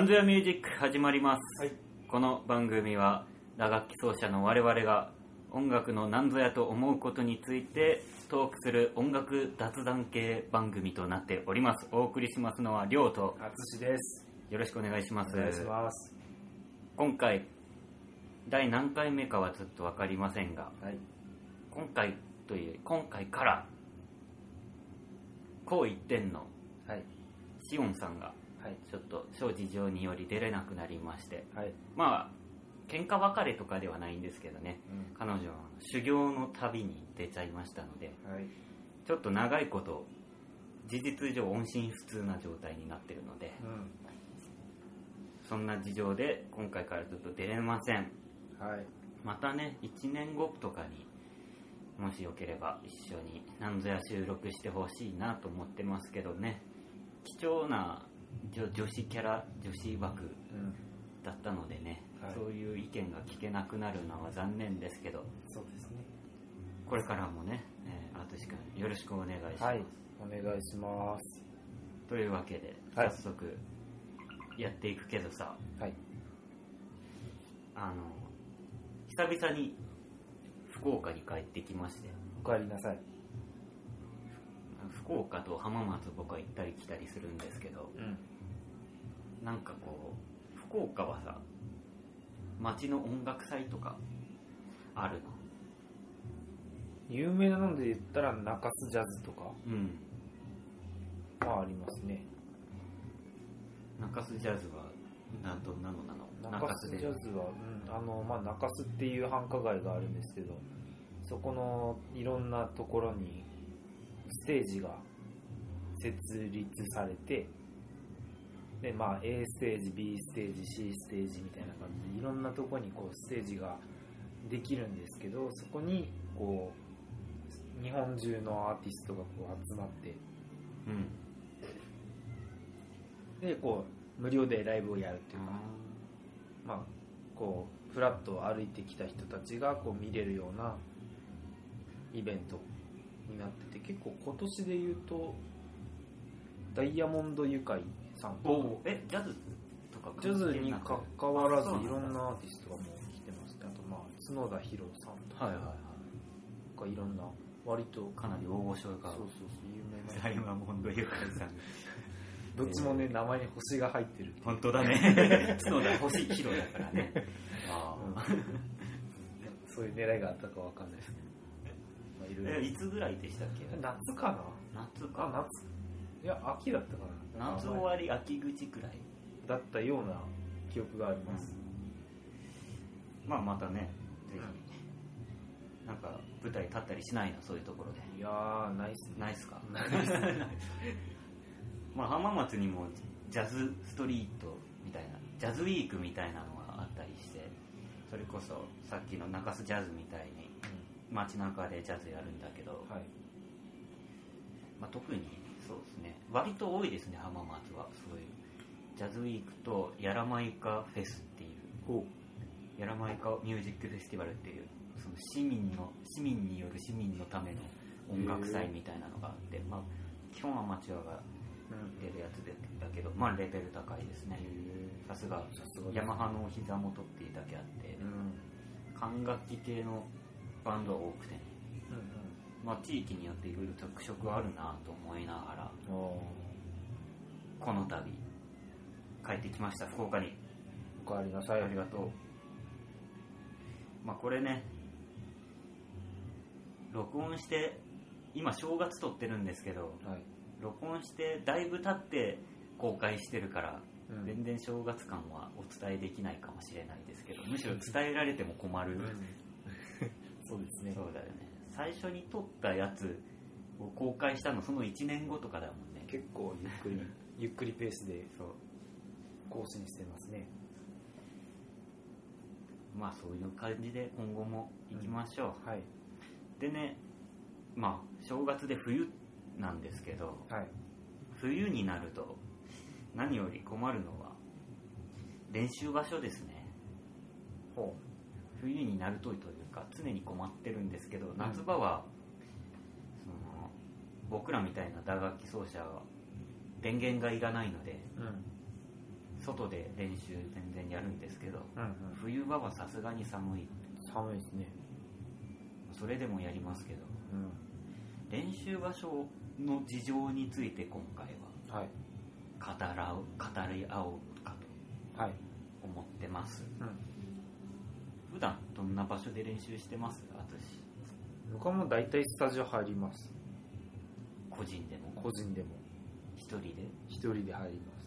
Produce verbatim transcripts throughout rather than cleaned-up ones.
なんぞやミュージック始まります、 はい、 この番組は打楽器奏者の我々が音楽のなんぞやと思うことについてトークする音楽雑談系番組となっております。お送りしますのはりょうとあつしです。 よろしくお願いします。 お願いします。 今回第何回目かはちょっと分かりませんが、 はい、 今回という今回からこう一点のしおんさんがちょっと諸事情により出れなくなりまして、はい、まあ喧嘩別れとかではないんですけどね、うん、彼女は修行の旅に出ちゃいましたので、はい、ちょっと長いこと事実上音信不通な状態になっているので、うん、そんな事情で今回からちょっと出れません、はい、またねいちねんごとかにもしよければ一緒になんぞや収録してほしいなと思ってますけどね。貴重な 女, 女子キャラ女子枠だったのでね、うん、はい、そういう意見が聞けなくなるのは残念ですけど、 そうですね、 これからもね、えー、あつしくんよろしくお願いします。 はい、お願いします。 というわけで早速やっていくけどさ、はい、あの久々に福岡に帰ってきまして。 お帰りなさい。 福岡と浜松僕は行ったり来たりするんですけど、うん、なんかこう福岡はさ街の音楽祭とかあるの？ 有名なので言ったら中洲ジャズとか、うん、まあありますね。 中洲ジャズは何どんなのなの？ 中洲ジャズは、うん、あのまあ中洲っていう繁華街があるんですけど、そこのいろんなところにステージが設立されて、で、まあ、A ステージ B ステージ C ステージみたいな感じでいろんなとこにこうステージができるんですけど、そこにこう日本中のアーティストがこう集まって、うん、でこう無料でライブをやるっていうか、まあこうフラッと歩いてきた人たちがこう見れるようなイベントになってて、結構今年で言うとダイヤモンドユカイさんとか、 えジャズとかジャズに関わらずいろんなアーティストがもう来てまして、あとまあ角田博さんとか、はいはいはい、かいろんな割とかなり大御所が、 そうそうそう有名なダイヤモンドユカイさんどっちもね、名前に星が入ってるって。 本当だね角田星広だからねあ、 うん、そういう狙いがあったかわかんないですけど、 えいつぐらいでしたっけ？ 夏かな？ 夏か。 あ、夏。いや、秋だったかな。夏終わり、秋口くらいだったような記憶があります。 うん、まあまたね、ぜひ、うん、なんか舞台立ったりしないの、そういうところで。 いやー、ないっすね。 ないっすか。まあ浜松にもジャズストリートみたいな、ジャズウィークみたいなのがあったりして、それこそさっきの中洲ジャズみたいに。街中でジャズやるんだけど、はい、まあ、特にそうですね、割と多いですね浜松は。そういうジャズウィークとヤラマイカフェスっていう、ヤラマイカミュージックフェスティバルっていう、その市民の市民による市民のための音楽祭みたいなのがあって、まあ、基本アマチュアが出るやつでだけど、まあ、レベル高いですね。さすがヤマハの膝元っていうだけあって、うん、管楽器系のバンドが多くて、ね、うんうん、まあ、地域によっていろいろ特色があるなと思いながら、この度帰ってきました福岡に。 お帰りなさい。 ありがとう。まあこれね、録音して今正月撮ってるんですけど、はい、録音してだいぶ経って公開してるから、うん、全然正月感はお伝えできないかもしれないですけど、むしろ伝えられても困る、うんそうですね。 そうだよね。最初に撮ったやつを公開したのそのいちねんごとかだもんね。 結構ゆっくりゆっくりペースで更新してますね。 まあそういう感じで今後も行きましょう、うん、はい。でね、まあ正月で冬なんですけど、はい、冬になると何より困るのは練習場所ですね。ほう。冬になるとというか常に困ってるんですけど、夏場は、うん、その僕らみたいな打楽器奏者は電源がいらないので、うん、 外で練習全然やるんですけど、 うんうん、 冬場はさすがに寒い。 寒いですね。 それでもやりますけど、 うん、 練習場所の事情について今回ははい語らう語り合おうかと思ってます、 うん、 普段どんな場所で練習してます？私僕はもう大体スタジオ入ります。 個人でも個人でも一人で一人で入ります。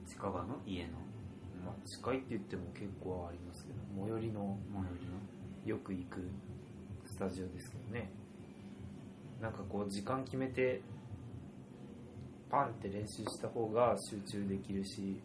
近場の家の、 まあ、近いって言っても結構はありますけど、最寄りの最寄りのよく行くスタジオですけどね。なんかこう時間決めてパンって練習した方が集中できるし、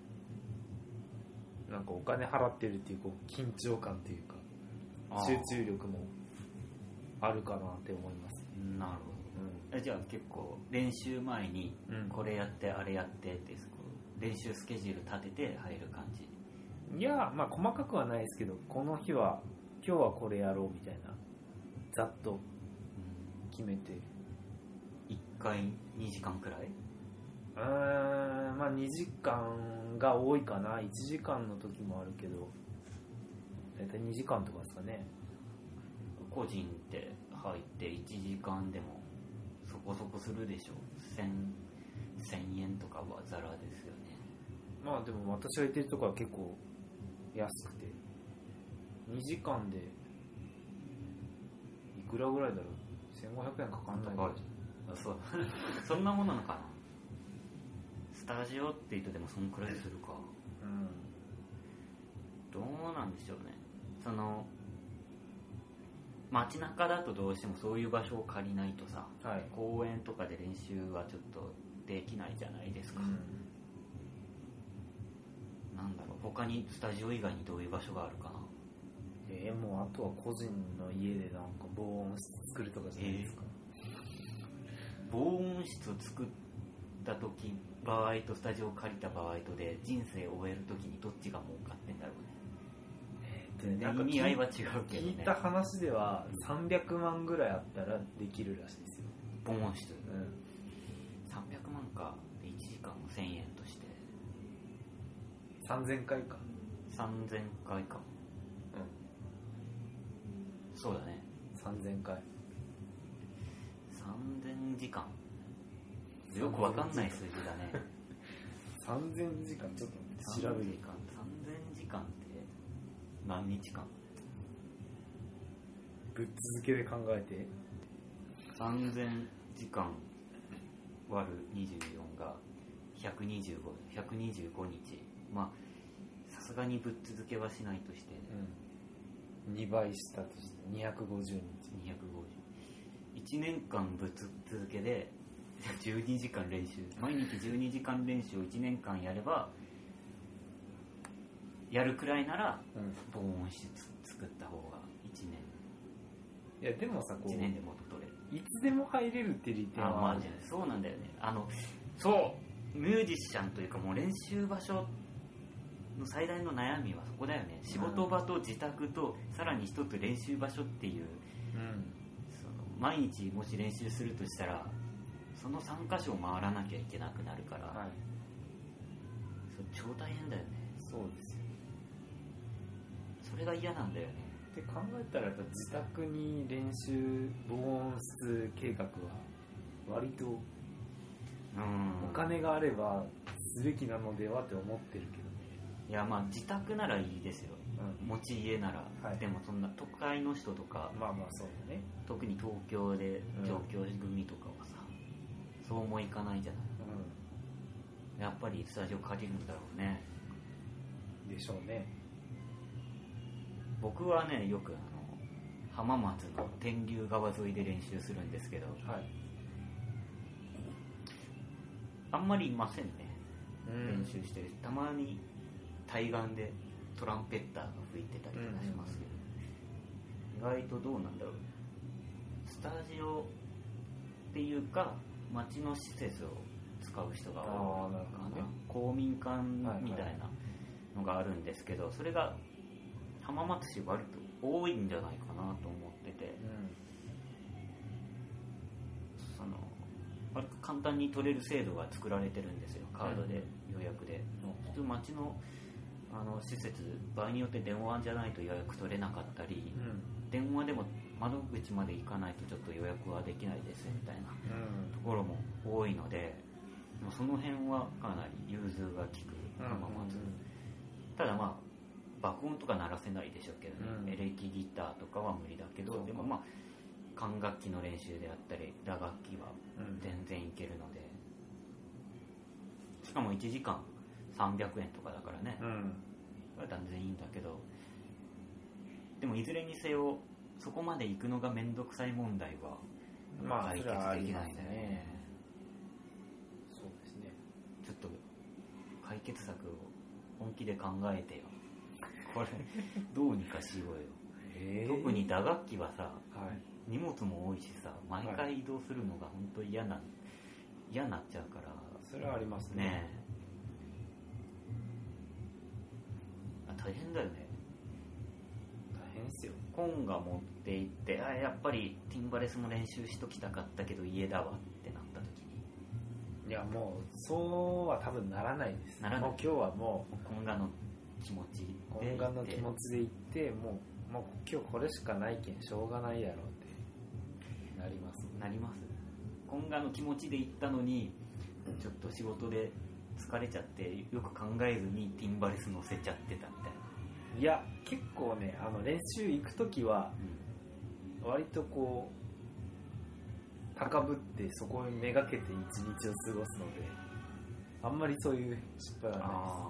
なんかお金払ってるっていうこう緊張感っていうか集中力もあるかなって思います。 なるほど、うん、じゃあ結構練習前にこれやってあれやってって練習スケジュール立てて入る感じ？ いや、まあ細かくはないですけど、この日は今日はこれやろうみたいなざっと決めて、 いっかいにじかんくらい？ うーん、まあにじかんが多いかな。いちじかんの時もあるけどだいたいにじかんとかですかね。 個人って入っていちじかんでもそこそこするでしょ。せんえんとかはザラですよね。 まあでも私が行ってるとこは結構安くて、にじかんでいくらぐらいだろう、せんごひゃくえんかかんないぐらい。 あ、そうそんなものなのかな。スタジオって言うとでもそんくらいするか。 うん、 どうなんでしょうね。その街中だとどうしてもそういう場所を借りないとさ、はい、公園とかで練習はちょっとできないじゃないですか、うん、なんだろう、他にスタジオ以外にどういう場所があるかな。 えー、もうあとは個人の家でなんか防音室作るとかじゃないですか、 えー、防音室を作った時場合とスタジオを借りた場合とで人生を終える時にどっちが儲かってんだろうね。なんか意味合いは違うけどね。 聞いた話ではさんびゃくまんぐらいあったらできるらしいですよ、 防音室、 うん、 さんびゃくまんか。いちじかんせんえんとしてさんぜんかいかさんぜんかいか、うん、そうだね、 さんぜんかいさんぜんじかん、よくわかんない数字だねさんぜんじかんちょっと調べるか。 さんぜんじかんって何日間？ ぶっ続けで考えてさんぜんじかん割るにじゅうよんがひゃくにじゅうご、ひゃくにじゅうごにち。まあさすがにぶっ続けはしないとして、 うん、にばいしたとしてにひゃくごじゅうにち、 にひゃくごじゅう、いちねんかんぶっ続けでじゅうにじかん練習、毎日じゅうにじかん練習をいちねんかんやれば、やるくらいなら防音室作った方がいちねん、 いやでもさ、こういちねんで元取れる、 いつでも入れるって利点はある。 あ、まあ、そうなんだよね。あのそうミュージシャンというかもう練習場所の最大の悩みはそこだよね。仕事場と自宅とさらに一つ練習場所っていう、うん、その毎日もし練習するとしたらそのさんかしょを回らなきゃいけなくなるから、はい、それ超大変だよね。 そうですよ。 それが嫌なんだよね。 って考えたらやっぱ自宅に練習防音室計画は割とお金があればすべきなのではって思ってるけどね。 いや、まあ自宅ならいいですよ、うん、持ち家なら、はい、でもそんな都会の人とか、 まあまあそうだね、 特に東京で上京組とかはさ、うん、そうもいかないじゃない、うん、やっぱりスタジオ借りるんだろうね。 でしょうね。 僕はね、よくあの浜松の天竜川沿いで練習するんですけど、はい、あんまりいませんね、うん、練習してる。たまに対岸でトランペッターが吹いてたりとかしますけど、うん、意外とどうなんだろう、スタジオっていうか町の施設を使う人が多いのかな、公民館みたいなのがあるんですけど、はいはい、それが浜松市割と多いんじゃないかなと思ってて、うん、その割と簡単に取れる制度が作られてるんですよ、カードで、予約で。普通町のあの施設、場合によって電話じゃないと予約取れなかったり、うん、電話でも窓口まで行かないとちょっと予約はできないですみたいなところも多いので、うん、その辺はかなり融通が利く浜松、うんうんうん、ただまあ爆音とか鳴らせないでしょうけどね、うん、エレキギターとかは無理だけど、でもまあ管楽器の練習であったり打楽器は全然いけるので、しかもいちじかんさんびゃくえんとかだからね、うん、これは断然いいんだけど、でもいずれにせよそこまで行くのがめんどくさい問題は解決できないんだよね。 そうですね。 ちょっと解決策を本気で考えてよ。これどうにかしようよ。えー、特に打楽器はさ、はい、荷物も多いしさ、毎回移動するのが本当に嫌な、嫌になっちゃうから。 それはありますね。 ね大変だよね。 大変ですよ。 コンガ持って行って、あやっぱりティンバレスも練習しときたかったけど家だわってなった時に、 いやもうそうは多分ならないです。 ならない。 もう今日はもうコンガの気持ちコンガの気持ちで行ってもう、もう今日これしかないけんしょうがないやろってなります。 なります。コンガの気持ちで行ったのにちょっと仕事で疲れちゃってよく考えずにティンバレス乗せちゃってたみたいな。 いや結構ね、あの練習行くときは割とこう高ぶってそこにめがけて一日を過ごすので、あんまりそういう失敗は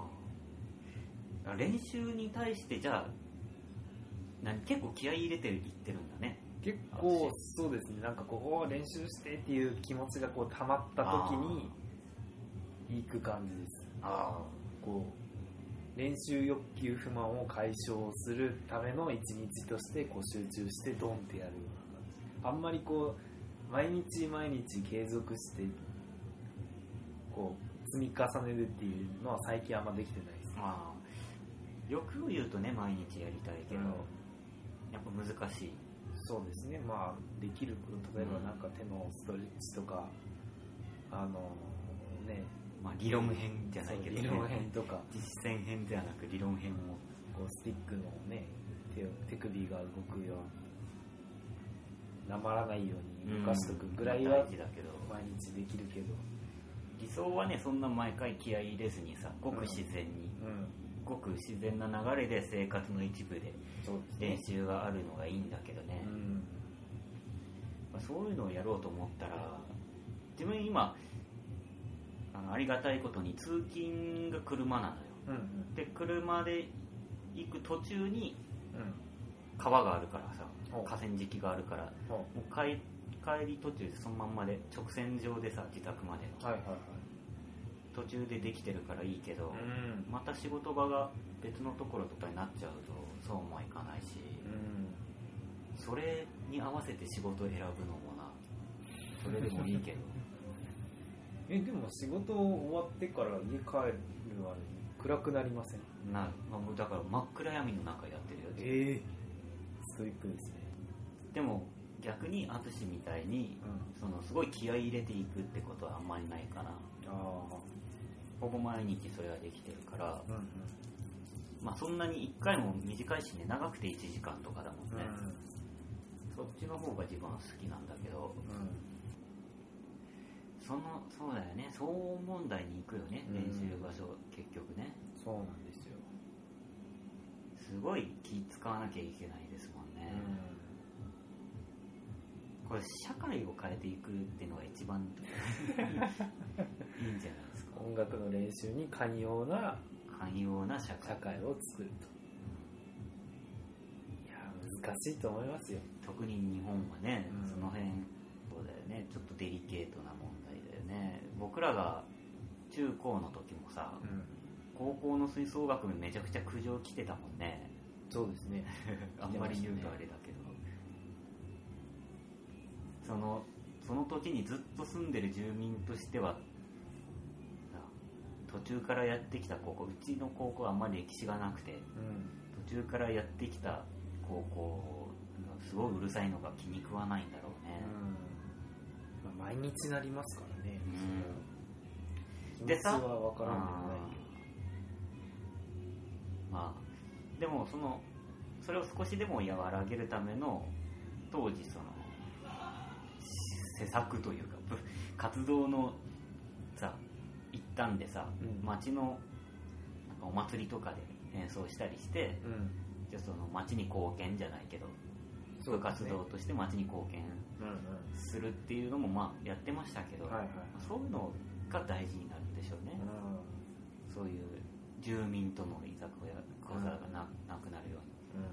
ないです。練習に対してじゃあ何結構気合い入れていってるんだね。 結構そうですね。なんかこう練習してっていう気持ちがこう溜まった時に行く感じです。あこう練習欲求不満を解消するための一日としてこう集中してドンってやるような感じ。あんまりこう毎日毎日継続してこう積み重ねるっていうのは最近あんまできてないです。 あ欲を言うとね毎日やりたいけど、うん、やっぱ難しい。 そうですね。まあできる例えばなんか手のストレッチとか、うん、あのね。 まあ、理論編じゃないけど、 ね、理論編とか実践編ではなく理論編もこうスティックのね 手, 手首が動くようになまらないように動かしとくぐらいは毎日できるけど、 理想はねそんな毎回気合い入れずにさごく自然に、うんうん、ごく自然な流れで生活の一部で練習があるのがいいんだけどね、うんまあ、そういうのをやろうと思ったら自分今あのありがたいことに通勤が車なのよ、うんうん、で車で行く途中に川があるからさ、うん、河川敷があるから、うん、もう帰, 帰り途中でそのまんまで直線上でさ自宅までの、はいはいはい、途中でできてるからいいけど、うん、また仕事場が別のところとかになっちゃうとそうもいかないし、うん、それに合わせて仕事を選ぶのもなそれでもいいけどえでも仕事終わってから家帰るのは暗くなりません？ な、まあ、だから真っ暗闇の中やってるよ。 えー、ストイックですね。 でも逆に淳みたいに、うん、そのすごい気合い入れていくってことはあんまりないかな。あほぼ毎日それはできてるから、うんうん、まあそんなにいっかいも短いしね、長くていちじかんとかだもんね、うん、そっちの方が自分は好きなんだけど、うんそのそうだよね、騒音問題に行くよね、練習場所、うん、結局ね。 そうなんですよ。 すごい気使わなきゃいけないですもんね、うん、これ社会を変えていくっていうのが一番いいんじゃないですか。 音楽の練習に寛容な寛容な社会社会を作ると。いや難しいと思いますよ。 特に日本はね、うん、その辺そうだよね、ちょっとデリケートな問題だよね。僕らが中高の時もさ、うん、高校の吹奏楽部めちゃくちゃ苦情来てたもんね。 そうですねあんまり言うとあれだけど、そのその土地にずっと住んでる住民としては途中からやってきた高校、うちの高校はあんまり歴史がなくて、うん、途中からやってきた高校すごいうるさいのが気に食わないんだろうね、 まあ、毎日なりますからね、 うん、 気持ちは分からんでもないけど、 まあでもそのそれを少しでも和らげるための当時その施策というか活動のさ一端でさ、うん、町のなんかお祭りとかで演奏したりして、うん、じゃあその町に貢献じゃないけど、そういう活動として町に貢献するっていうのもまあやってましたけど、うんうん、はいはい、そういうのが大事になるんでしょうね、うん、そういう住民とのいざこざが な,、うん、なくなるように、うん、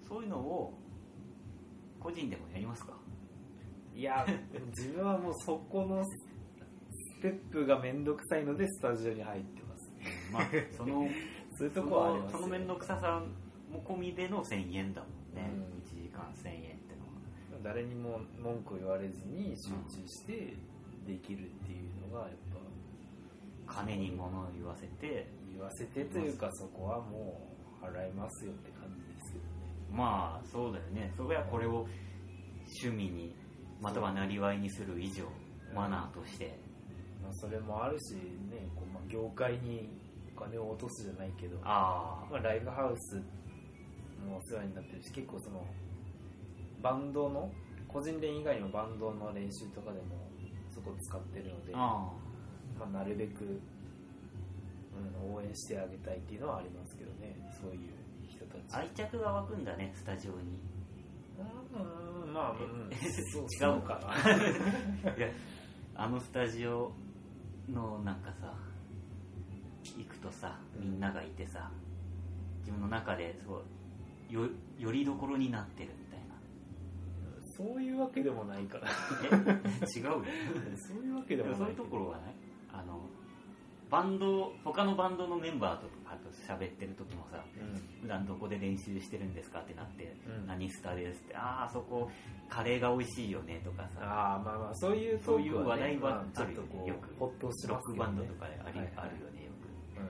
そういうのを個人でもやりますか？ いや自分はもうそこのステップがめんどくさいのでスタジオに入ってます、 まあそのそういうところはありますよね。 そのめんどくささも込みでのせんえんだもんね、うん、いちじかんせんえんってのは誰にも文句を言われずに集中してできるっていうのがやっぱ金に物を言わせて言わせてというか、そこはもう払いますよって感じですけどね。 まあそうだよね。それはこれを趣味にまたはなりわいにする以上マナーとして、 まあ、それもあるしね、こうまあ業界にお金を落とすじゃないけど、 あ、 まあ、ライブハウスもお世話になってるし、結構そのバンドの個人練以外にもバンドの練習とかでもそこ使ってるので、あ、まあ、なるべく、うん、応援してあげたいっていうのはありますけどね。そういう人たち愛着が湧くんだね、スタジオに。 うん、まあ、うん、 そう違うかないや、あのスタジオのなんかさ行くとさ、みんながいてさ、自分の中でそうよよりどころになってるみたいな。 そういうわけでもないからえ違うよそういうわけでもない。 そういうところはね、あのバンド他のバンドのメンバーとかと喋ってる時もさ、うん、普段どこで練習してるんですかってなって、うん、何スタですって、ああそこカレーが美味しいよねとかさ、 ああまあまあそういうトークは、ね、 そういう話題はあるよね、よくホッとしますよね。 ロックバンドとかであり、はいはい、あるよねよく、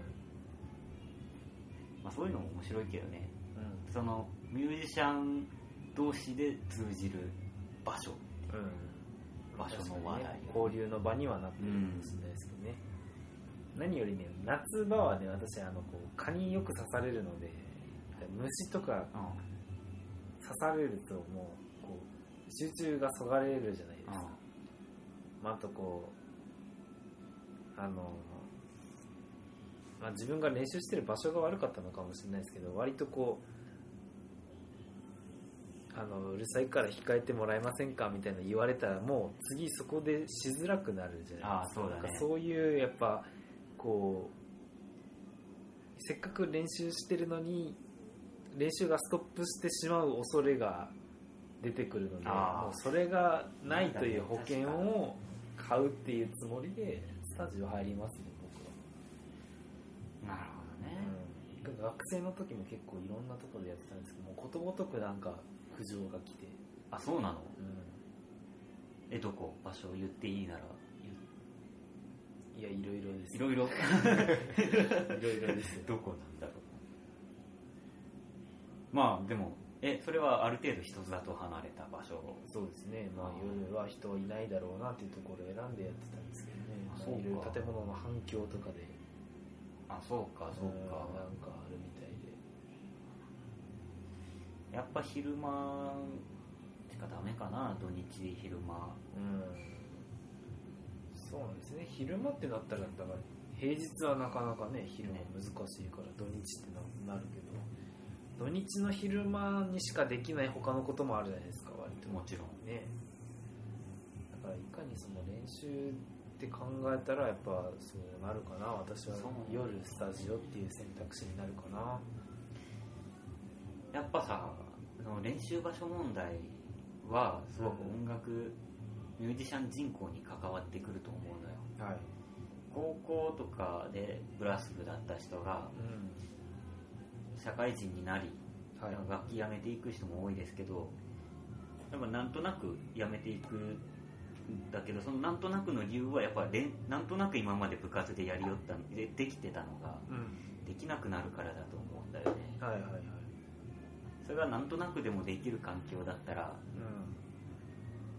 うん、まあ、そういうのも面白いけどね、うん、そのミュージシャン同士で通じる場所、うん、場所の話題、ね、 交流の場にはなってるかもしれないですけどね、うん、何よりね、夏場はね、私あのこう蚊によく刺されるので、虫とか刺されるともうこう集中がそがれるじゃないですか、うん、まあ、あとこうあの、まあ、自分が練習してる場所が悪かったのかもしれないですけど、割とこうあのうるさいから控えてもらえませんかみたいな言われたら、もう次そこでしづらくなるじゃないですか。 ああ、そうだね。 そういうやっぱこうせっかく練習してるのに練習がストップしてしまう恐れが出てくるので、もうそれがないという保険を買うっていうつもりでスタジオ入りますね、僕は。 なるほどね、 うん、学生の時も結構いろんなところでやってたんですけど、もうことごとくなんか苦情が来て。 あ、そうなの、うん、え、どこ場所を言っていいならいや、いろいろです。 いろいろいろいろですよ。 どこなんだろう。まあでもえそれはある程度人里離れた場所。 そうですね、まあ、夜は人いないだろうなっていうところを選んでやってたんですけどね、まあ、いろいろ建物の反響とかで。 あ、そうかそうか、 なんかあるみたいで、 やっぱ昼間しかダメかな、土日昼間。 うん、そうなんですね。昼間ってなったら、だから平日はなかなかね、昼間難しいから土日ってなるけど、土日の昼間にしかできない他のこともあるじゃないですか、割と。 もちろんね。だからいかにその練習って考えたらやっぱそうなるかな。私は夜スタジオっていう選択肢になるかな。 やっぱさ、練習場所問題はすごく音楽、うん、ミュージシャン人口に関わってくると思うのよ、はい、高校とかでブラス部だった人が、うん、社会人になり、はい、楽器やめていく人も多いですけど、やっぱなんとなくやめていくんだけど、そのなんとなくの理由はやっぱりなんとなく今まで部活でやりよったでできてたのが、うん、できなくなるからだと思うんだよね、はいはいはい。それがなんとなくでもできる環境だったら、うん、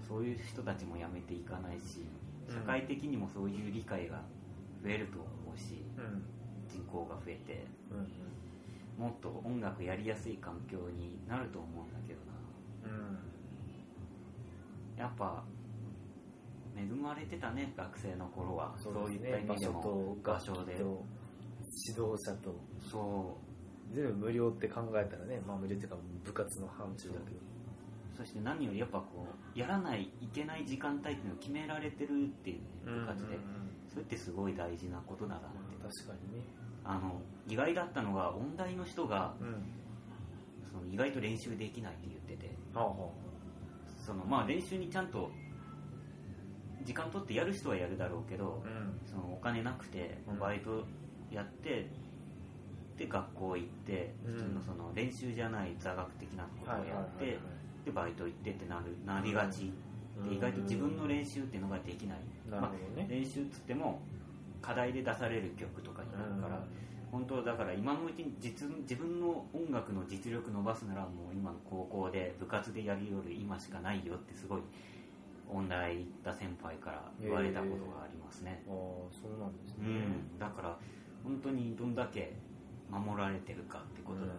そういう人たちも辞めていかないし、社会的にもそういう理解が増えると思うし、うん、人口が増えて、うんうん、もっと音楽やりやすい環境になると思うんだけどな、うん、やっぱ恵まれてたね、学生の頃は。 そうですね、 そういった意味でも場所と指導者とそう全部無料って考えたらね、まあ無料っていうか部活の範疇だけど、 そ, そして何よりやっぱこうやらないいけない時間帯っていうのを決められてるっていう、ね、部活で、うんうんうん、それってすごい大事なことだなって、 うん、確かにね。 あの意外だったのが音大の人が、うん、その意外と練習できないって言ってて、はあはあ、そのまあ練習にちゃんと時間取ってやる人はやるだろうけど、うん、そのお金なくてバイトやって、うん、で学校行って、うん、普通のその練習じゃない座学的なことをやって、はいはいはいはい、でバイト行ってってなるなりがち、うん、で意外と自分の練習っていうのができない、 なるほどね。 まあ、練習っつっても課題で出される曲とかになるから、うん、本当だから今のうちに 実自分の音楽の実力伸ばすならもう今の高校で部活でやるより今しかないよってすごい音大行った先輩から言われたことがありますね。 えー、ああ、そうなんですね、 うん、だから本当にどんだけ守られてるかってことだよね、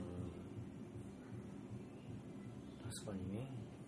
うん、確かにね。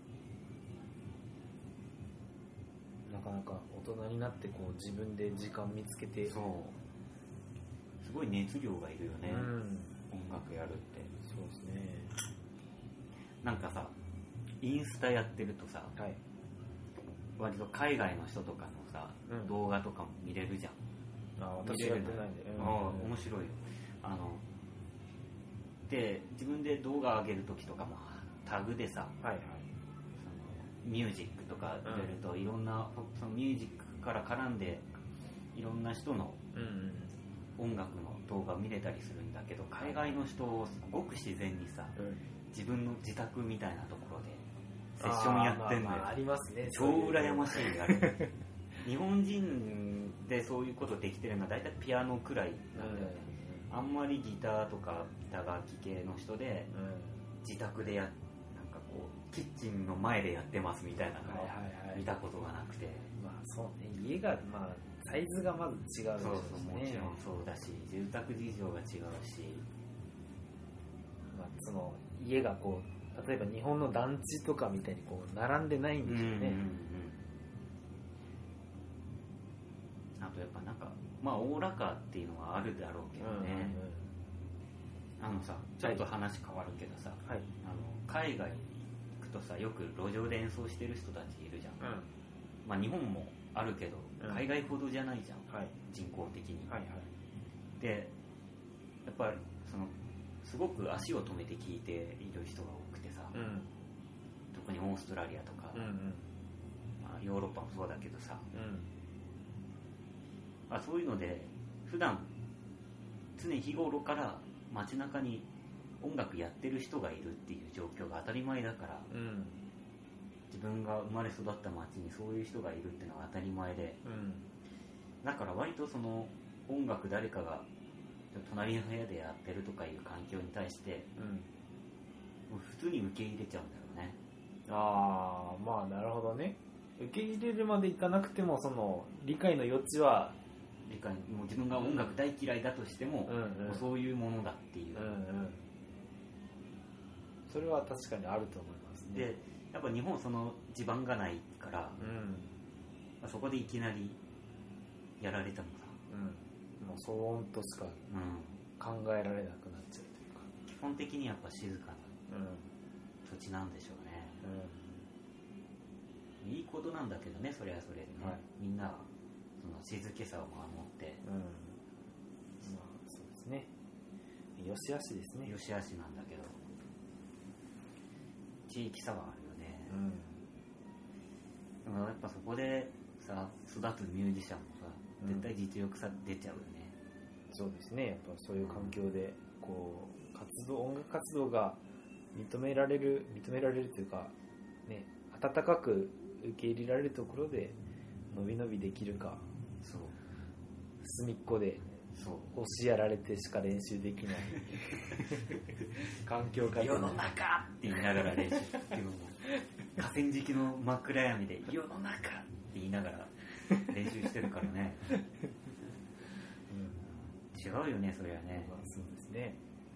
なかなか大人になってこう自分で時間見つけて、 そうすごい熱量がいるよね、うん、音楽やるって。 そうですね。 なんかさインスタやってるとさ、はい、割と海外の人とかのさ、うん、動画とかも見れるじゃん。 あ、私やってないんで、 うん、あ、面白いよ。あので自分で動画上げるときとかもタグでさ、はいはい、そのミュージックとか入れると、うん、いろんなそのミュージックから絡んでいろんな人の音楽の動画見れたりするんだけど、海外の人をごく自然にさ、うん、自分の自宅みたいなところでセッションやってんのよ。 あ、まあまあありますね。 超羨ましいあれ日本人でそういうことできてるのは大体ピアノくらいなんだよね、うん、あんまりギターとか打楽器系の人で、うん、自宅でやなんかこうキッチンの前でやってますみたいなのは見たことがなくて、 まあそうね、家がまあサイズがまず違うでしょうしね。 そうそう、もちろんそうだし住宅事情が違うし、 まあ、その家がこう例えば日本の団地とかみたいにこう並んでないんでしょうね、うんうんうん、 あとやっぱなんかまあおおらかっていうのはあるだろうけどね、うんうんうん、あのさちょっと話変わるけどさ、はい、あの海外行くとさよく路上で演奏してる人たちいるじゃん、うん、まあ日本もあるけど、うん、海外ほどじゃないじゃん、はい、人口的に、はいはい、でやっぱりそのすごく足を止めて聴いている人が多くてさ、うん、特にオーストラリアとか、うんうん、まあ、ヨーロッパもそうだけどさ、うん、まあ、そういうので普段常日頃から街中に音楽やってる人がいるっていう状況が当たり前だから、うん、自分が生まれ育った街にそういう人がいるっていうのは当たり前で、うん、だから割とその音楽誰かが隣の部屋でやってるとかいう環境に対して、うん、もう普通に受け入れちゃうんだろうね。 ああ、まあなるほどね。受け入れるまでいかなくてもその理解の余地は、 理解もう自分が音楽大嫌いだとしても、うんうん、もうそういうものだっていう、うんうん、 それは確かにあると思いますね。 でやっぱ日本その地盤がないから、うん、まあ、そこでいきなりやられたのさ、うん、 もう騒音としか考えられなくなっちゃうというか、 基本的にやっぱ静かな土地なんでしょうね、うん、いいことなんだけどね、それはそれでね、はい、みんなその静けさを守って、うん、 まあそうですね、よしあしですね、 よしあしなんだけど地域差はあるよね、うん、だからやっぱそこでさ育つミュージシャンもさ絶対実力差出ちゃうよね、 うん、そうですね、やっぱそういう環境でこう活動音楽活動が認められる認められるというかね、温かく受け入れられるところでのびのびできるか、そう隅っこでそう押しやられてしか練習できない環境下で世の中って言いながら練習っていうのも河川敷の真っ暗闇で世の中って言いながら練習してるからね、うん、違うよねそれはね、 まあ、そうですね、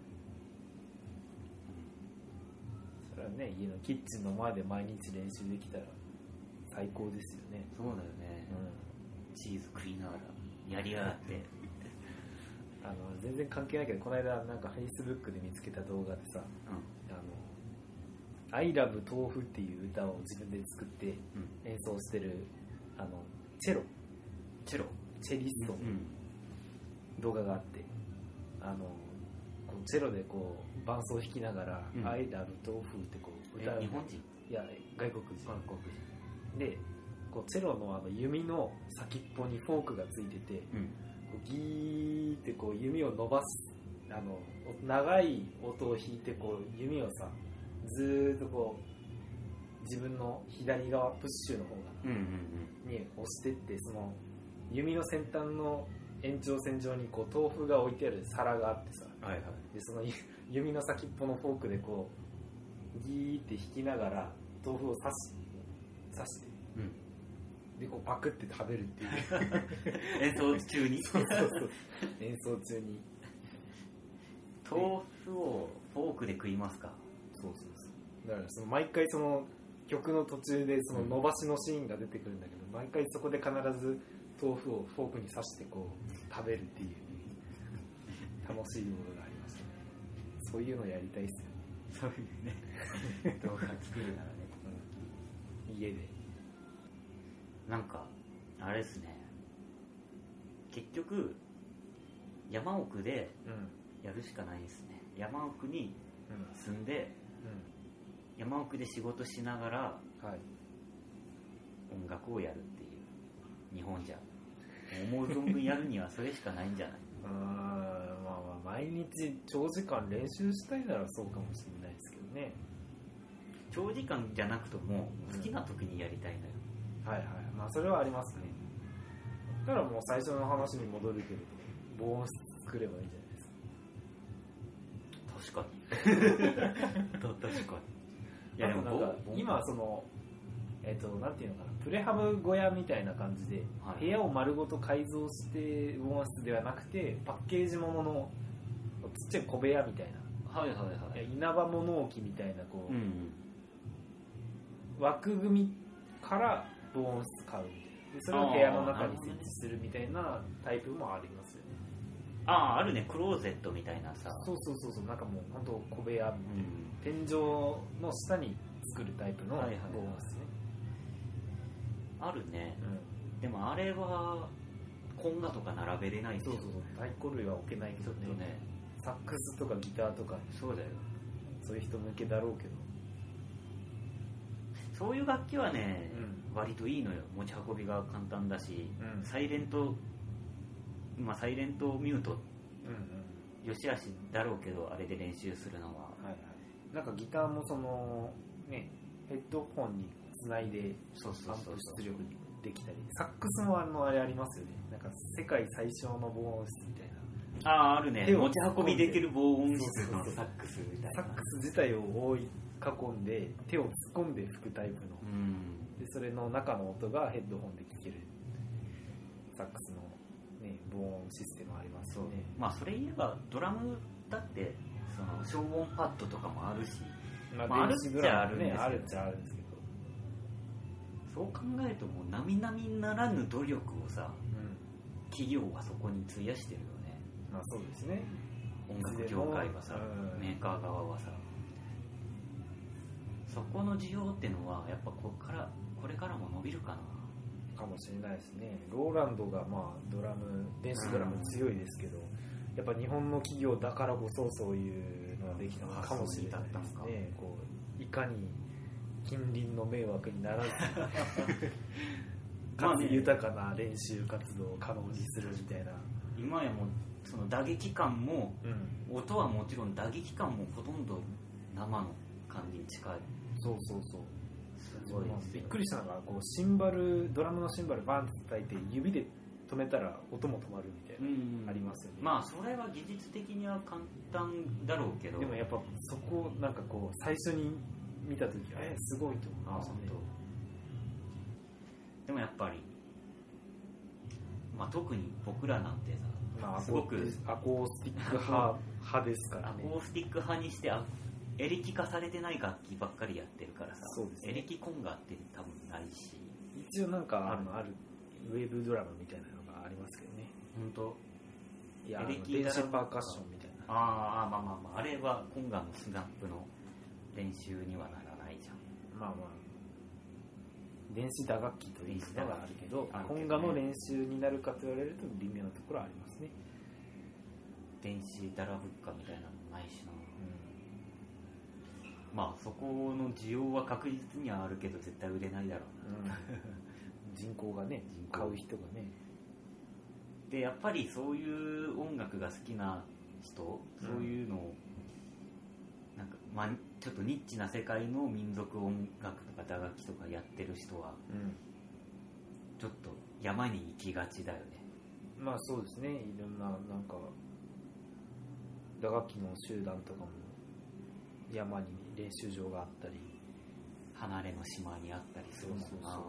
うん、それはね家のキッチンの前で毎日練習できたら最高ですよね。 そうだよね、うん、チーズ食いながらやりやがってあの全然関係ないけどこの間なんか Facebook で見つけた動画でさ、うん、あのI love 豆腐っていう歌を自分で作って演奏してる、うん、あのチェロチェロチェリストの動画があって、うん、あのこうチェロでこう伴奏を弾きながら、うん、I love 豆腐ってこう歌う。 日本人？ いや外国人。 外国人でこうチェロのあの弓の先っぽにフォークがついてて、うん、こうギーってこう弓を伸ばすあの長い音を弾いてこう弓をさずーっとこう自分の左側プッシュの方が、うんうんうん、に押してってその弓の先端の延長線上にこう豆腐が置いてある皿があってさ、はいはい、でその弓の先っぽのフォークでこうギーって弾きながら豆腐を刺し刺して、うん、でこうパクって食べるっていう演奏中にそうそうそう演奏中に豆腐をフォークで食いますか。 そうそうそうだからその毎回その曲の途中でその伸ばしのシーンが出てくるんだけど、うん、毎回そこで必ず豆腐をフォークに刺してこう食べるっていう楽しいものがありましたね。そういうのやりたいっすよね。 そういうね動画作るならね、 うん、家でなんかあれですね結局山奥でやるしかないですね、うん、山奥に住んで、うん、山奥で仕事しながら、はい、音楽をやるっていう日本じゃ思う存分やるにはそれしかないんじゃないあー、まあ、まあ毎日長時間練習したいならそうかもしれないですけどね。 長時間じゃなくとも好きな時にやりたいのよ、 うん、はいはい、まあそれはありますね。だからもう最初の話に戻るけど防音室作ればいいんじゃないですか。 確かに確かに。 いやでもなんか今そのえっとなんていうのかなプレハブ小屋みたいな感じで、はい、部屋を丸ごと改造して防音室ではなくてパッケージもののちっちゃい小部屋みたいな、はいはいはい、稲葉物置みたいなこう、うんうん、枠組みから防音室買うみたいなでそれを部屋の中に設置するみたいなタイプもありますよね。 あああるねクローゼットみたいなさ。 そうそうそうそうなんかもう本当小部屋みたいな、うん、天井の下に作るタイプの防音室ね、はいはいあるね、うん、でもあれはコンガとか並べれないでしょ。 そうそうそう太鼓類は置けないけど ね, ねサックスとかギターとかそうだよそういう人向けだろうけどそういう楽器はね、うん、割といいのよ持ち運びが簡単だし、うん、サイレントまあサイレントミュート、うんうん、よしあしだろうけどあれで練習するのは、はいはい、 なんかギターもそのねヘッドホンにつないでアンプ出力できたりサックスもあのあれありますよねなんか世界最小の防音室みたいなあああるね持ち運びできる防音室のサックスみたいなサックス自体を覆い囲んで手を突っ込んで吹くタイプの、うん、でそれの中の音がヘッドホンで聴けるサックスの、ね、防音システムありますよね。 まあそれ言えばドラムだってその消音パッドとかもあるしまあ、まあ、あるっちゃあるんですけど、ね、あるっちゃあるんですけどそう考えるともう並々ならぬ努力をさ、うん、企業はそこに費やしてるよね。 まあそうですね音楽業界はさ、うん、メーカー側はさそこの需要っていうのはやっぱこれからこれからも伸びるかなかもしれないですね。ローランドがまあドラム電子ドラム強いですけど、うん、やっぱ日本の企業だからこそそういうのができたのかもしれないですね。こういかに近隣の迷惑にならずかつ豊かな練習活動を可能にするみたいな。 今やもうその打撃感も、うん、音はもちろん打撃感もほとんど生の感じに近い。 そうそうそうすごいびっくりしたのがこうシンバルドラムのシンバルバンって叩いて指で止めたら音も止まるみたいな、うん、ありますよね。 まあそれは技術的には簡単だろうけどでもやっぱそこなんかこう最初に見た時はえすごいと思いましたね。 でもやっぱり、まあ、特に僕らなんてさ、 まあ、 すごくアコースティック派派ですからね。 アコースティック派にしてエレキ化されてない楽器ばっかりやってるからさ、 そうですね、 エレキコンガって多分ないし、 一応なんかあのあるウェーブドラムみたいなのがありますけどね。 本当？ いや、エレキ電子パーカッションみたいな。 ああ、まあまあまあ、あれはコンガのスナップの練習にはならないじゃん。 まあまあ電子打楽器というのがあるけど、 あるけどね、 コンガの練習になるかと言われると微妙なところはありますね。 電子ダラブッカみたいなのもないしな、 うん、 まあそこの需要は確実にはあるけど絶対売れないだろうな、 うん、人口がね、買う人がね。 でやっぱりそういう音楽が好きな人、そういうのをなんか、まあ、ちょっとニッチな世界の民族音楽とか打楽器とかやってる人は、うん、ちょっと山に行きがちだよね。 まあそうですね、いろんななんか打楽器の集団とかも山に練習場があったり離れの島にあったりするもんな。そうそうそう、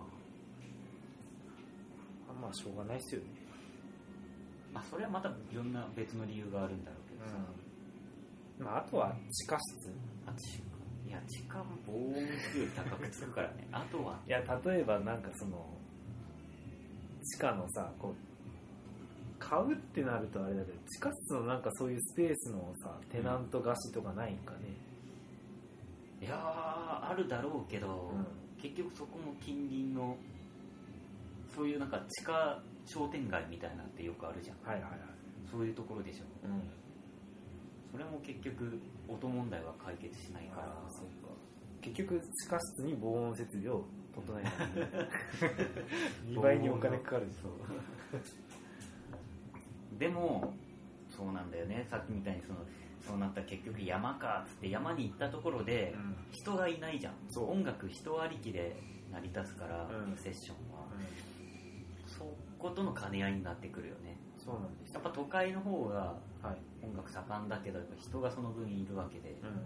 あまあしょうがないですよね。 まあそれはまたいろんな別の理由があるんだろうけどさ、 うん、まあ、あとは地下室。 あ地下いや地下も防音室より高くつくからね。あとはいや例えばなんかその地下のさこう買うってなるとあれだけど、地下室のなんかそういうスペースのさテナント貸しとかないんかね。 いやーあるだろうけど、うん、結局そこも近隣のそういうなんか地下商店街みたいなってよくあるじゃん、 はいはいはい、 そういうところでしょ、うん、それも結局音問題は解決しないから。 そうか、結局地下室に防音設備を整えないにばいにお金かかる。そうでもそうなんだよね、さっきみたいにそのそうなったら結局山かっつって山に行ったところで人がいないじゃん、うん、音楽人ありきで成り立つから、うん、セッションは、うん、そことの兼ね合いになってくるよね。 そうなんです。 やっぱ都会の方が音楽盛んだけどやっぱ人がその分いるわけで、うんうん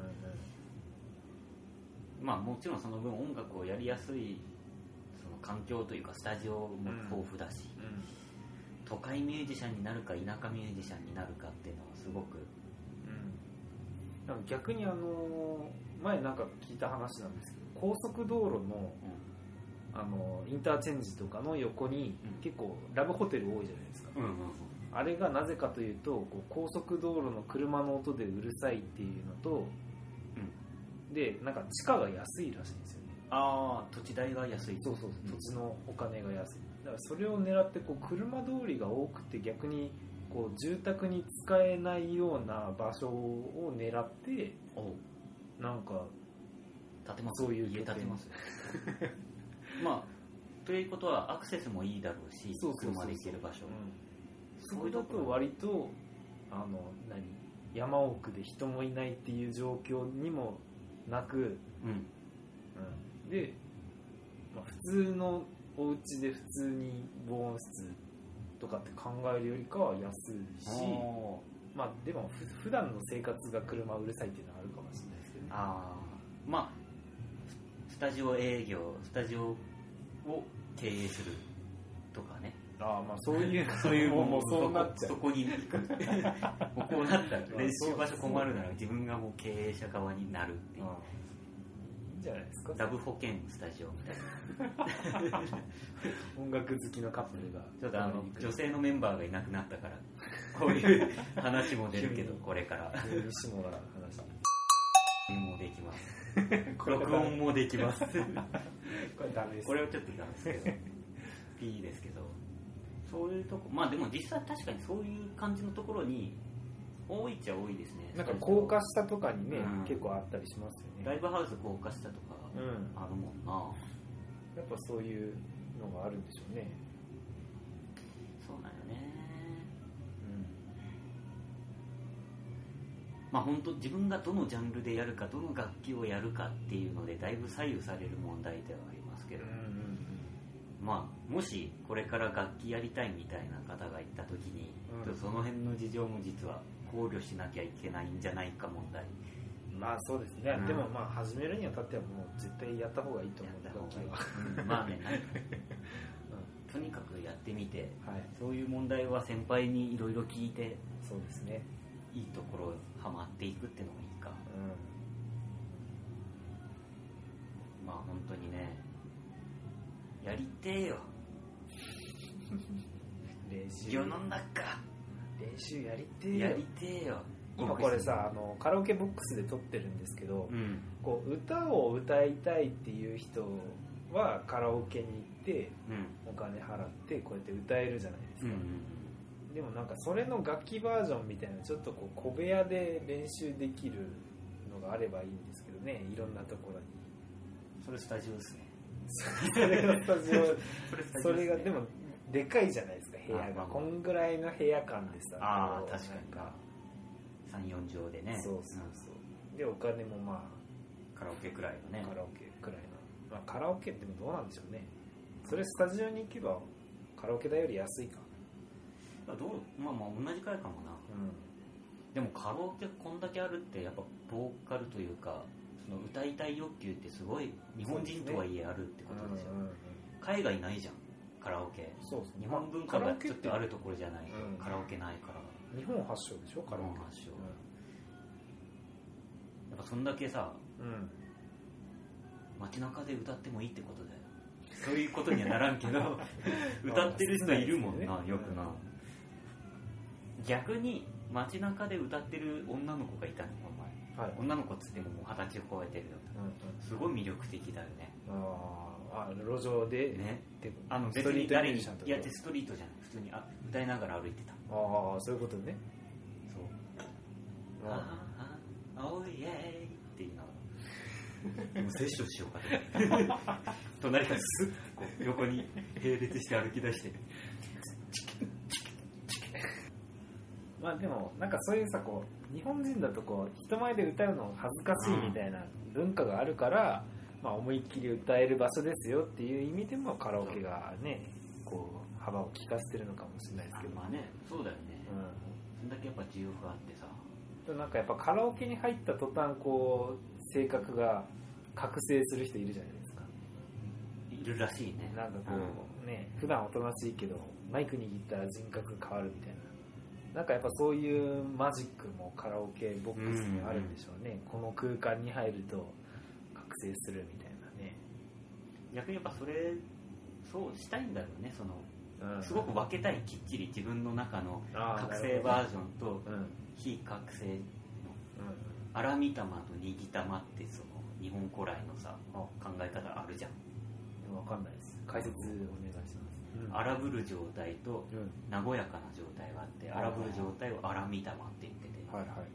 うん、まあもちろんその分音楽をやりやすいその環境というかスタジオも豊富だし、うんうん、都会ミュージシャンになるか田舎ミュージシャンになるかっていうのはすごく、 うん、なんか逆にあの前なんか聞いた話なんですけど、高速道路の、うん、あのインターチェンジとかの横に結構ラブホテル多いじゃないですか、うんうんうん、あれがなぜかというとこう高速道路の車の音でうるさいっていうのと、うん、でなんか地価が安いらしいんですよね。 ああ、土地代が安い。 そうそうそう、うん、土地のお金が安い。だからそれを狙ってこう車通りが多くて逆にこう住宅に使えないような場所を狙ってなんか建てます。そういう家建てますまあということはアクセスもいいだろうし、そうそうそうそう、車で行ける場所、 うん、そこだと割とあの何山奥で人もいないっていう状況にもなく、うんうん、で、まあ、普通のお家で普通に防音室とかって考えるよりかは安いし、まあでもふ普段の生活が車うるさいっていうのはあるかもしれないですけど、ね、 あまあスタジオ営業スタジオを経営するとかね、 あまあそういうそういうもうそうなっちゃう、そこに行くもうこうなったら練習場所困るなら自分がもう経営者側になるっていう、 いいんじゃないですか。 ラブ保険スタジオみたいな音楽好きのカップルがちょっとあの女性のメンバーがいなくなったからこういう話も出るけどこれから西村話もできます録音もできますこれダメです。 これはちょっとダメですけどいいですけど、そういうとこまあでも実際確かにそういう感じのところに多いっちゃ多いですね。 なんか高架下とかにね、うん、結構あったりしますよね。 ライブハウス高架下とかあるもんな、うん、 やっぱそういうのがあるんでしょうね。 そうなんよね、うん、まあ本当自分がどのジャンルでやるかどの楽器をやるかっていうのでだいぶ左右される問題ではありますけど、うんうんうん、まあもしこれから楽器やりたいみたいな方がいた時に、うん、その辺の事情も実は考慮しなきゃいけないんじゃないか問題まあそうですね、 うん、 でもまあ始めるにあたってはもう絶対やった方がいいと思うんだけど、うん、まあねなんか、うん、とにかくやってみて、 はい、 そういう問題は先輩にいろいろ聞いて、 そうですね、 いいところハマっていくっていうのがいいか、うん、まあ本当にねやりてえよ練習世の中練習やりてえよやりてえよ。 今これさあのカラオケボックスで撮ってるんですけど、 うん、 こう歌を歌いたいっていう人はカラオケに行って、うん、お金払ってこうやって歌えるじゃないですか、うんうん、でもなんかそれの楽器バージョンみたいなちょっとこう小部屋で練習できるのがあればいいんですけどね、いろんなところに。 それスタジオですねそれがスタジオそれがでもでかいじゃないですか部屋が、まあ、こんぐらいの部屋間でさ、 ああ確かにかさん、よん畳でね、 そうそうそう、でお金もまあカラオケくらいのね、 カラオケくらいの、まあ、カラオケってどうなんでしょうね、それスタジオに行けばカラオケ代より安いか、 どうまあまあ同じくらいかもな、うん、でもカラオケこんだけあるってやっぱボーカルというかその歌いたい欲求ってすごい日本人とはいえあるってことですよ、ね、うんうんうん、海外ないじゃんカラオケ、そうですね、日本文化がちょっとあるところじゃないと、うん、カラオケないから、 日本発祥でしょカラオケ、 発祥、うん、やっぱそんだけさ、うん、街中で歌ってもいいってことだよ、そういうことにはならんけど歌ってる人いるもんな、よくな、うん、逆に街中で歌ってる女の子がいたのこの前、はい、女の子っつってももう二十歳超えてるよ、うんうん、すごい魅力的だよね。 ああ路上でね、あの別に誰にいやってストリートじゃない、普通にあ歌いながら歩いてた。 ああそういうことね。 そう。ああおいえいって言いながら。もうセッションしようかと。隣からスッてこう横に並列して歩き出して。 まあでもなんかそういうさこう日本人だとこう人前で歌うの恥ずかしいみたいな文化があるから。まあ、思いっきり歌える場所ですよっていう意味でもカラオケがねこう幅を利かせてるのかもしれないですけど、 まあねそうだよね、うん、そんだけやっぱ需要があってさ、 なんかやっぱカラオケに入った途端こう性格が覚醒する人いるじゃないですか。 いるらしいね。 なんかこう、うん、ね普段おとなしいけどマイク握ったら人格が変わるみたいな、なんかやっぱそういうマジックもカラオケボックスにあるんでしょうね、うんうん、この空間に入ると覚醒するみたいなね。 逆にやっぱそれそうしたいんだろうね、その、うん、すごく分けたい、きっちり自分の中の覚醒バージョンと非覚醒の荒御霊と握霊ってその日本古来のさ考え方あるじゃん。 分かんないです、解説お願いします。 うん、荒ぶる状態と和やかな状態があって、うん、荒ぶる状態を荒御霊って言ってて、はいはい、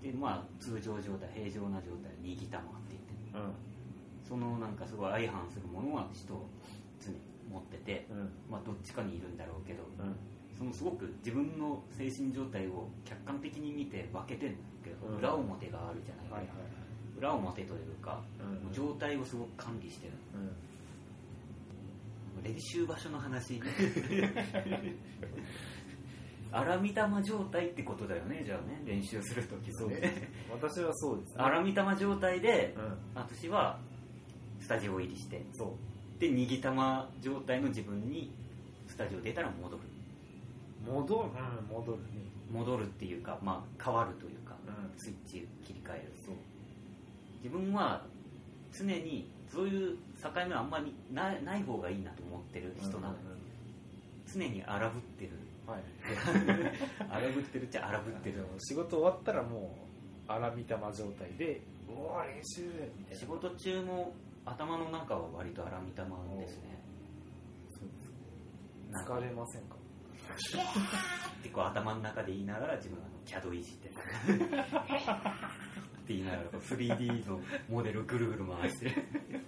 でまあ通常状態平常な状態を握霊って言ってて、うん、そのなんかすごい相反するものは人を常に持ってて、うん、まあどっちかにいるんだろうけど、うん、そのすごく自分の精神状態を客観的に見て分けてるんだけど、うん、裏表があるじゃない、はいはい、裏表というか、うん、状態をすごく管理してる、うん、練習場所の話荒御霊状態ってことだよね、じゃあね、練習するときはね。 私はそうです、ね、 荒御霊状態で、うん、私はスタジオ入りして、そうで握霊状態の自分にスタジオ出たら戻る戻る、うん、戻るね戻るっていうか、まあ、変わるというか、うん、スイッチ切り替える。そう自分は常にそういう境目はあんまり な, ない方がいいなと思ってる人なの、うんうん、常に荒ぶってる、はい、荒ぶってるっちゃ荒ぶってる。 仕事終わったらもう荒御霊状態でうわ練習みたいな。 仕事中も頭の中は割と荒御霊ですね。 そうですか。疲れませんか？ キャーってこう頭の中で言いながら自分はキャドいじってって言いながら スリーディー のモデルをぐるぐる回してる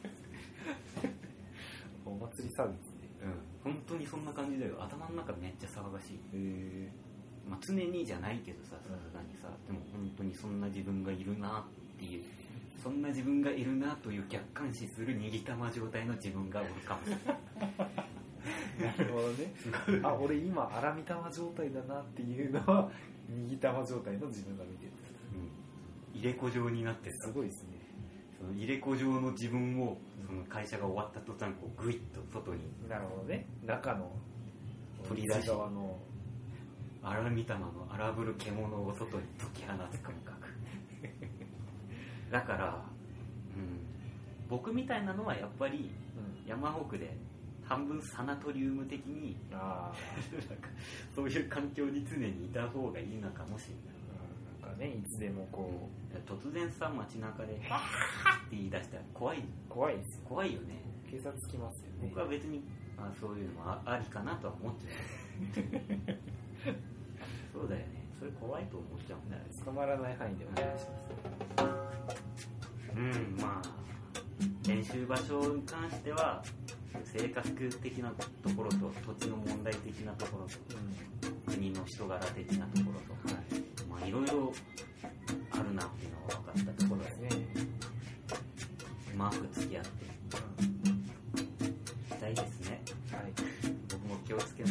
お祭りサービスね。 うん、本当にそんな感じだよ。頭の中めっちゃ騒がしい。へー、まあ、常にじゃないけどさ、さすがにさ、でも本当にそんな自分がいるなっていう、そんな自分がいるなという客観視する握り玉状態の自分がおるかもしれないなるほどね。あ、俺今荒御霊状態だなっていうのは握り玉状態の自分が見てる、 うん、い入れ子状になってさ、 すごいですね。 その入れ子状の自分をその会社が終わった途端こうグイッと外になるほどね。中の取り出し、 側の荒御霊の荒ぶる獣を外に解き放つ感覚だから、うん、僕みたいなのはやっぱり山奥で半分サナトリウム的に、うん、あなんかそういう環境に常にいた方がいいのかもしれない。 なんかね、いつでもこう突然さ街中でハッって言い出したら怖い怖いですよ。 怖いよね。 警察来ますよね。 僕は別にあそういうのも あ, ありかなとは思っちゃうそうだよね。それ怖いと思っちゃうんだよね。 捕まらない範囲でお願いします。 うんまあ練習場所に関しては性格的なところと土地の問題的なところと、うん、国の人柄的なところと、はい、まあいろいろあるなっていうのが分かったところですね。うまく付き合っていきたいですね。はい、僕も気をつけます。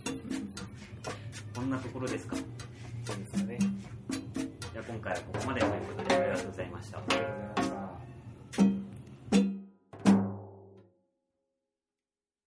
こんなところですか。 そうですかね。 じゃあ今回はここまでということでありがとうございました。